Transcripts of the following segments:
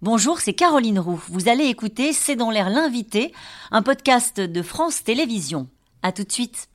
Bonjour, c'est Caroline Roux. Vous allez écouter C'est dans l'air l'invité, un podcast de France Télévisions. À tout de suite.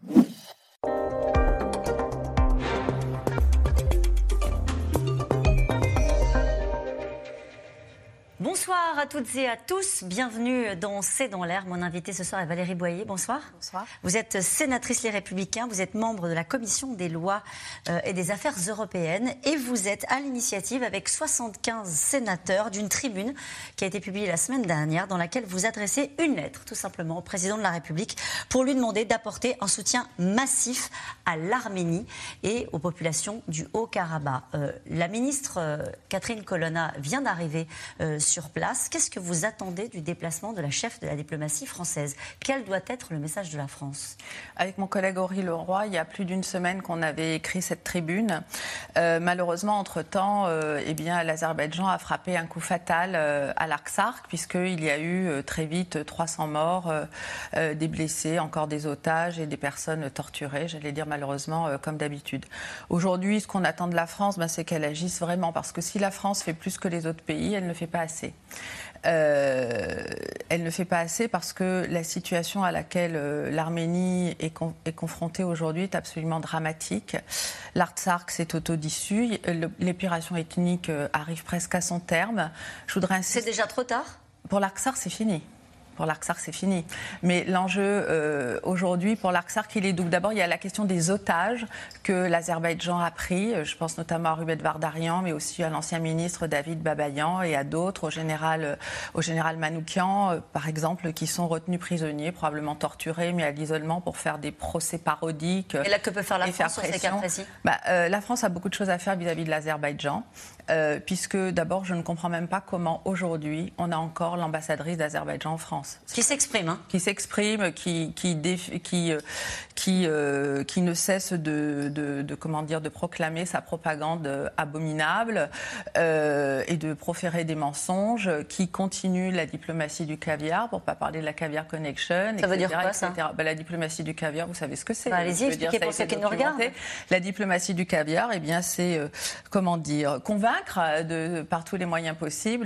Bonsoir à toutes et à tous, bienvenue dans C'est dans l'air. Mon invité ce soir est Valérie Boyer, bonsoir. Bonsoir. Vous êtes sénatrice Les Républicains, vous êtes membre de la Commission des lois et des affaires européennes et vous êtes à l'initiative avec 75 sénateurs d'une tribune qui a été publiée la semaine dernière dans laquelle vous adressez une lettre tout simplement au président de la République pour lui demander d'apporter un soutien massif à l'Arménie et aux populations du Haut-Karabakh. La ministre Catherine Colonna vient d'arriver sur place. Qu'est-ce que vous attendez du déplacement de la chef de la diplomatie française ? Quel doit être le message de la France ? Avec mon collègue Henri Leroy, il y a plus d'une semaine qu'on avait écrit cette tribune. Malheureusement, entre-temps, l'Azerbaïdjan a frappé un coup fatal à l'Artsakh, puisqu'il y a eu très vite 300 morts, des blessés, encore des otages et des personnes torturées, j'allais dire malheureusement, comme d'habitude. Aujourd'hui, ce qu'on attend de la France, c'est qu'elle agisse vraiment, parce que si la France fait plus que les autres pays, elle ne fait pas assez. Elle ne fait pas assez parce que la situation à laquelle l'Arménie est confrontée aujourd'hui est absolument dramatique. L'Artsakh s'est autodissu, l'épuration ethnique arrive presque à son terme. Je voudrais insister... C'est déjà trop tard ? Pour l'Artsakh, c'est fini. Pour l'Artsakh, c'est fini. Mais l'enjeu aujourd'hui pour l'Artsakh, il est double. D'abord, il y a la question des otages que l'Azerbaïdjan a pris. Je pense notamment à Ruben Vardarian, mais aussi à l'ancien ministre David Babayan et à d'autres, au général Manoukian, par exemple, qui sont retenus prisonniers, probablement torturés, mais à l'isolement pour faire des procès parodiques. Et là, que peut faire la France sur ces cas précis ? La France a beaucoup de choses à faire vis-à-vis de l'Azerbaïdjan, puisque d'abord, je ne comprends même pas comment aujourd'hui on a encore l'ambassadrice d'Azerbaïdjan en France. Qui s'exprime, hein. Qui s'exprime, qui ne cesse de proclamer sa propagande abominable et de proférer des mensonges, qui continue la diplomatie du caviar, pour ne pas parler de la caviar connection, ça veut dire quoi, ça ? La diplomatie du caviar, vous savez ce que c'est. Allez-y, expliquez pour ceux qui nous regardent. La diplomatie du caviar, c'est convaincre par tous les moyens possibles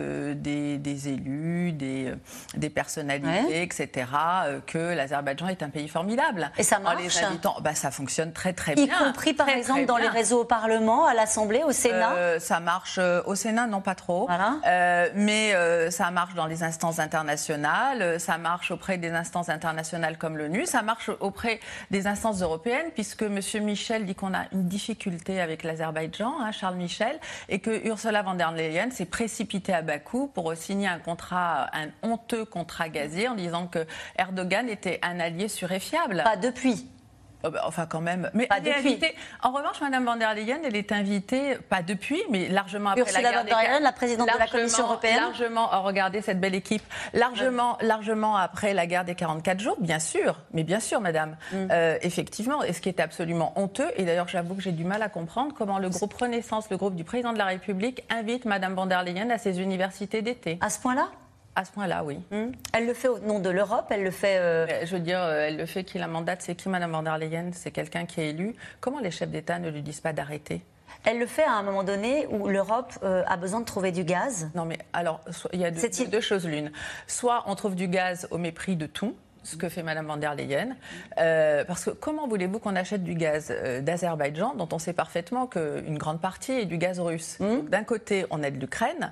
des élus, des personnalités, etc., que l'Azerbaïdjan est un pays formidable. Et ça marche. Les habitants, ça fonctionne très très bien. Y compris par exemple dans les réseaux au Parlement, à l'Assemblée, au Sénat. Ça marche au Sénat, non pas trop. Voilà. Mais ça marche dans les instances internationales, ça marche auprès des instances internationales comme l'ONU, ça marche auprès des instances européennes, puisque M. Michel dit qu'on a une difficulté avec l'Azerbaïdjan, Charles Michel, et que Ursula von der Leyen s'est précipitée à Bakou pour signer un honteux contrat gazier en disant que Erdogan était un allié sûr et fiable. Pas depuis. Enfin, quand même. Mais pas depuis. En revanche, Mme von der Leyen, elle est invitée, pas depuis, mais largement après Ursula la guerre von der Leyen, la présidente de la Commission européenne. Largement, regardez cette belle équipe. Largement après la guerre des 44 jours, bien sûr. Mais bien sûr, madame. Effectivement. Et ce qui est absolument honteux, et d'ailleurs, j'avoue que j'ai du mal à comprendre comment le groupe Renaissance, le groupe du président de la République, invite Mme von der Leyen à ses universités d'été. À ce point-là ? À ce point-là, oui. Elle le fait au nom de l'Europe, elle le fait... Je veux dire, elle le fait qui la mandate. C'est qui, Mme von der Leyen ? C'est quelqu'un qui est élu. Comment les chefs d'État ne lui disent pas d'arrêter ? Elle le fait à un moment donné où l'Europe a besoin de trouver du gaz. Non, mais alors, il y a deux choses l'une. Soit on trouve du gaz au mépris de tout, ce que fait Mme von der Leyen. Parce que comment voulez-vous qu'on achète du gaz d'Azerbaïdjan, dont on sait parfaitement qu'une grande partie est du gaz russe. Donc, d'un côté, on aide l'Ukraine,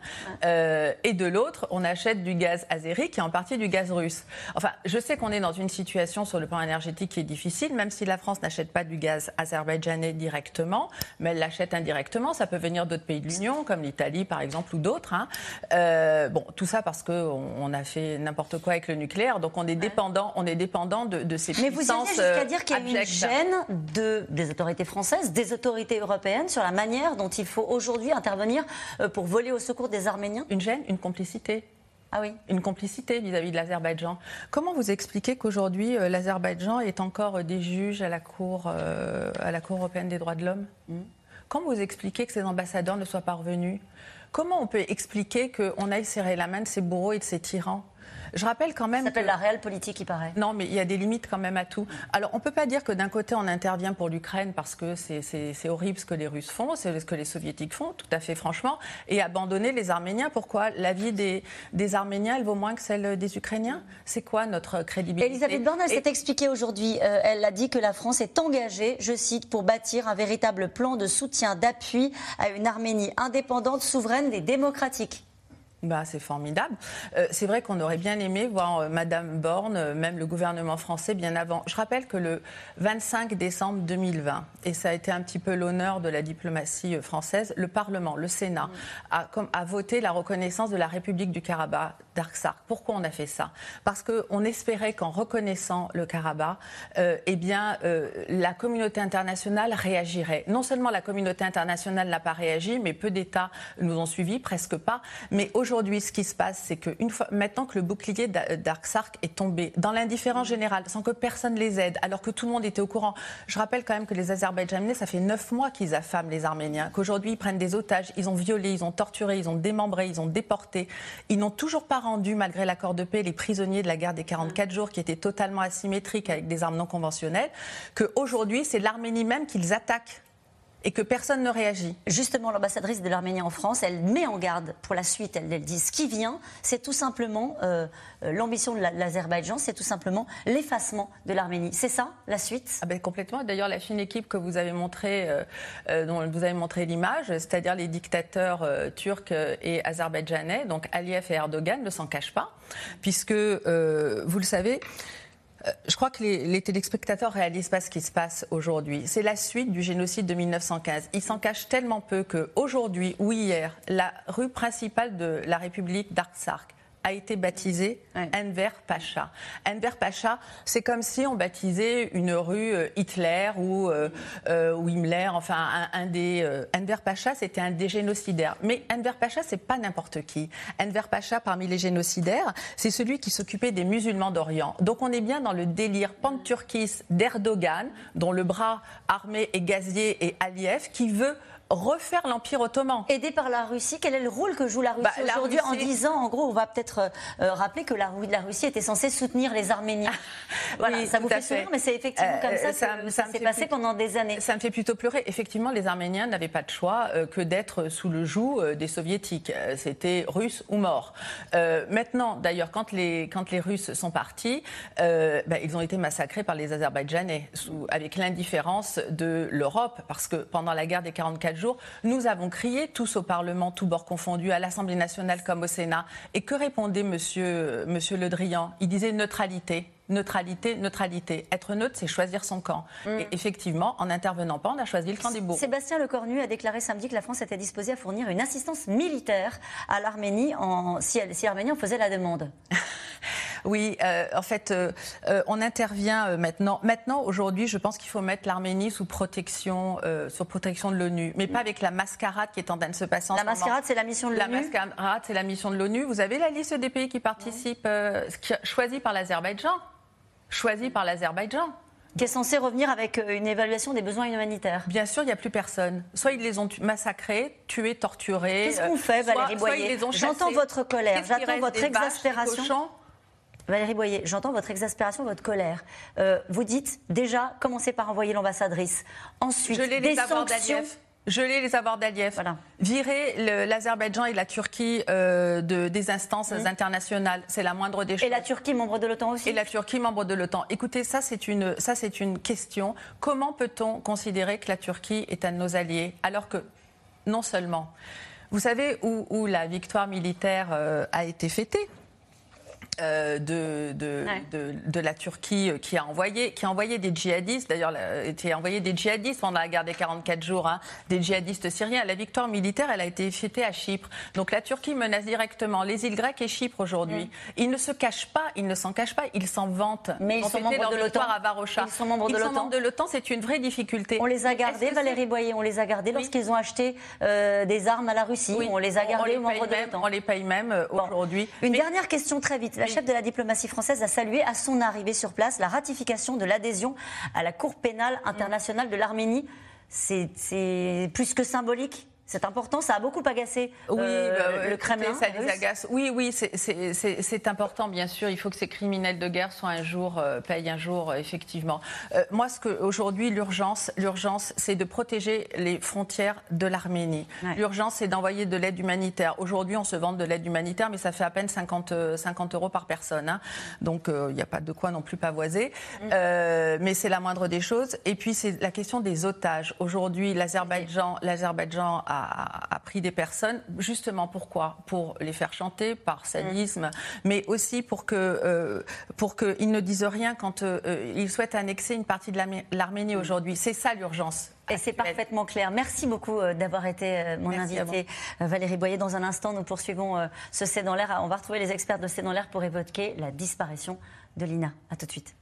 et de l'autre, on achète du gaz azéri, qui est en partie du gaz russe. Enfin, je sais qu'on est dans une situation sur le plan énergétique qui est difficile, même si la France n'achète pas du gaz azerbaïdjanais directement, mais elle l'achète indirectement. Ça peut venir d'autres pays de l'Union, comme l'Italie, par exemple, ou d'autres. Tout ça parce qu'on a fait n'importe quoi avec le nucléaire, donc on est dépendant de ces puissances. Mais vous iriez jusqu'à dire qu'il y a une gêne des autorités françaises, des autorités européennes sur la manière dont il faut aujourd'hui intervenir pour voler au secours des Arméniens ? Une gêne, une complicité. Ah oui. Une complicité vis-à-vis de l'Azerbaïdjan. Comment vous expliquez qu'aujourd'hui, l'Azerbaïdjan est encore des juges à la Cour européenne des droits de l'homme ? Comment vous expliquez que ces ambassadeurs ne soient pas revenus ? Comment on peut expliquer qu'on aille serrer la main de ces bourreaux et de ces tyrans ? Je rappelle quand même. Ça s'appelle la réelle politique, il paraît. Non, mais il y a des limites quand même à tout. Alors, on ne peut pas dire que d'un côté, on intervient pour l'Ukraine parce que c'est horrible ce que les Russes font, c'est ce que les Soviétiques font, tout à fait franchement, et abandonner les Arméniens. Pourquoi ? La vie des Arméniens, elle vaut moins que celle des Ukrainiens ? C'est quoi notre crédibilité ? Elisabeth Borne, elle s'est expliquée aujourd'hui. Elle a dit que la France est engagée, je cite, pour bâtir un véritable plan de soutien, d'appui à une Arménie indépendante, souveraine et démocratique. C'est formidable. C'est vrai qu'on aurait bien aimé voir Madame Borne, même le gouvernement français, bien avant. Je rappelle que le 25 décembre 2020, et ça a été un petit peu l'honneur de la diplomatie française, le Parlement, le Sénat, a voté la reconnaissance de la République du Karabakh d'Artsakh. Pourquoi on a fait ça ? Parce qu'on espérait qu'en reconnaissant le Karabakh, la communauté internationale réagirait. Non seulement la communauté internationale n'a pas réagi, mais peu d'États nous ont suivis, presque pas. Mais aujourd'hui, ce qui se passe, c'est que maintenant que le bouclier d'Artsakh est tombé, dans l'indifférence générale, sans que personne les aide, alors que tout le monde était au courant. Je rappelle quand même que les Azerbaïdjanais, ça fait 9 mois qu'ils affament les Arméniens, qu'aujourd'hui ils prennent des otages, ils ont violé, ils ont torturé, ils ont démembré, ils ont déporté. Ils n'ont toujours pas rendu, malgré l'accord de paix, les prisonniers de la guerre des 44 jours qui étaient totalement asymétriques avec des armes non conventionnelles, qu'aujourd'hui c'est l'Arménie même qu'ils attaquent. Et que personne ne réagit. Justement, l'ambassadrice de l'Arménie en France, elle met en garde pour la suite. Elle dit ce qui vient, c'est tout simplement l'ambition de l'Azerbaïdjan, c'est tout simplement l'effacement de l'Arménie. C'est ça, la suite ? Complètement. D'ailleurs, la fine équipe que vous avez montrée, dont vous avez montré l'image, c'est-à-dire les dictateurs turcs et azerbaïdjanais, donc Aliyev et Erdogan, ne s'en cachent pas, puisque, vous le savez, je crois que les téléspectateurs ne réalisent pas ce qui se passe aujourd'hui. C'est la suite du génocide de 1915. Ils s'en cachent tellement peu qu'aujourd'hui ou hier, la rue principale de la République d'Artsakh a été baptisée Enver Pacha. Enver Pacha, c'est comme si on baptisait une rue Hitler ou Himmler, enfin Enver Pacha, c'était un des génocidaires. Mais Enver Pacha, c'est pas n'importe qui. Enver Pacha, parmi les génocidaires, c'est celui qui s'occupait des musulmans d'Orient. Donc on est bien dans le délire panturquis d'Erdogan, dont le bras armé est Gazier et Aliyev, qui veut refaire l'Empire ottoman. Aidé par la Russie, quel est le rôle que joue la Russie aujourd'hui en disant, en gros, on va peut-être rappeler que la Russie était censée soutenir les Arméniens. Voilà, oui, ça vous fait sourire, mais c'est effectivement comme ça que ça s'est passé pendant des années. Ça me fait plutôt pleurer. Effectivement, les Arméniens n'avaient pas de choix que d'être sous le joug des Soviétiques. C'était russe ou mort. Maintenant, d'ailleurs, quand les Russes sont partis, ils ont été massacrés par les Azerbaïdjanais, avec l'indifférence de l'Europe, parce que pendant la guerre des 44 jours, nous avons crié tous au Parlement, tous bords confondus, à l'Assemblée nationale comme au Sénat. Et que répondait monsieur Le Drian ? Il disait neutralité. Neutralité, neutralité. Être neutre, c'est choisir son camp. Et effectivement, en n'intervenant pas, on a choisi le camp des bourgs. Sébastien Lecornu a déclaré samedi que la France était disposée à fournir une assistance militaire à l'Arménie si l'Arménie en faisait la demande. Oui, en fait, on intervient maintenant. Maintenant, aujourd'hui, je pense qu'il faut mettre l'Arménie sous protection de l'ONU, mais pas avec la mascarade qui est en train de se passer en ce moment. La mascarade, c'est la mission de l'ONU. La mascarade, c'est la mission de l'ONU. Vous avez la liste des pays qui participent, choisis par l'Azerbaïdjan. Choisis par l'Azerbaïdjan. Qui est censé revenir avec une évaluation des besoins humanitaires. Bien sûr, il n'y a plus personne. Soit ils les ont massacrés, tués, torturés. Qu'est-ce qu'on fait, Valérie Boyer ? J'entends votre colère, j'entends votre exaspération. Valérie Boyer, j'entends votre exaspération, votre colère. Vous dites déjà, commencez par envoyer l'ambassadrice. Ensuite, des sanctions. Geler les avoirs d'Aliyev, voilà. Virer l'Azerbaïdjan et la Turquie des instances internationales, c'est la moindre des choses. Et la Turquie, membre de l'OTAN aussi ? Et la Turquie, membre de l'OTAN. Écoutez, ça c'est une question. Comment peut-on considérer que la Turquie est un de nos alliés, alors que, non seulement, vous savez où la victoire militaire a été fêtée ? De la Turquie qui a envoyé des djihadistes, d'ailleurs qui a envoyé des djihadistes pendant la guerre des 44 jours, des djihadistes syriens. La victoire militaire, elle a été fêtée à Chypre. Donc la Turquie menace directement les îles grecques et Chypre aujourd'hui. Ils ne se cachent pas, ils ne s'en cachent pas, ils s'en vantent. Mais ils sont membres de l'OTAN. Ils sont membres de l'OTAN, c'est une vraie difficulté. On les a gardés, Valérie Boyer, on les a gardés lorsqu'ils ont acheté des armes à la Russie. Oui. On les a gardés membres de l'OTAN. On les paye même aujourd'hui. Une dernière question très vite. La chef de la diplomatie française a salué à son arrivée sur place la ratification de l'adhésion à la Cour pénale internationale de l'Arménie. C'est plus que symbolique. C'est important, ça a beaucoup agacé le Kremlin. Ça les agace. Oui, c'est important, bien sûr. Il faut que ces criminels de guerre soient payent un jour, effectivement. Moi, aujourd'hui, l'urgence, c'est de protéger les frontières de l'Arménie. Ouais. L'urgence, c'est d'envoyer de l'aide humanitaire. Aujourd'hui, on se vante de l'aide humanitaire, mais ça fait à peine 50 € par personne. Hein. Donc, il n'y a pas de quoi non plus pavoiser. Mais c'est la moindre des choses. Et puis, c'est la question des otages. Aujourd'hui, l'Azerbaïdjan a pris des personnes, justement pourquoi ? Pour les faire chanter par sadisme, mais aussi pour qu'ils ne disent rien quand ils souhaitent annexer une partie de l'Arménie aujourd'hui. C'est ça l'urgence. Et c'est parfaitement clair. Merci beaucoup d'avoir été mon invitée, Valérie Boyer. Dans un instant, nous poursuivons ce C'est dans l'air. On va retrouver les experts de C'est dans l'air pour évoquer la disparition de Lina. À tout de suite.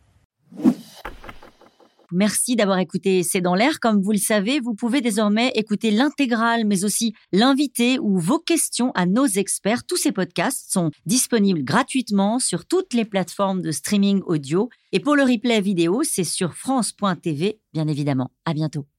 Merci d'avoir écouté C'est dans l'air. Comme vous le savez, vous pouvez désormais écouter l'intégrale, mais aussi l'invité ou vos questions à nos experts. Tous ces podcasts sont disponibles gratuitement sur toutes les plateformes de streaming audio. Et pour le replay vidéo, c'est sur France.tv, bien évidemment. À bientôt.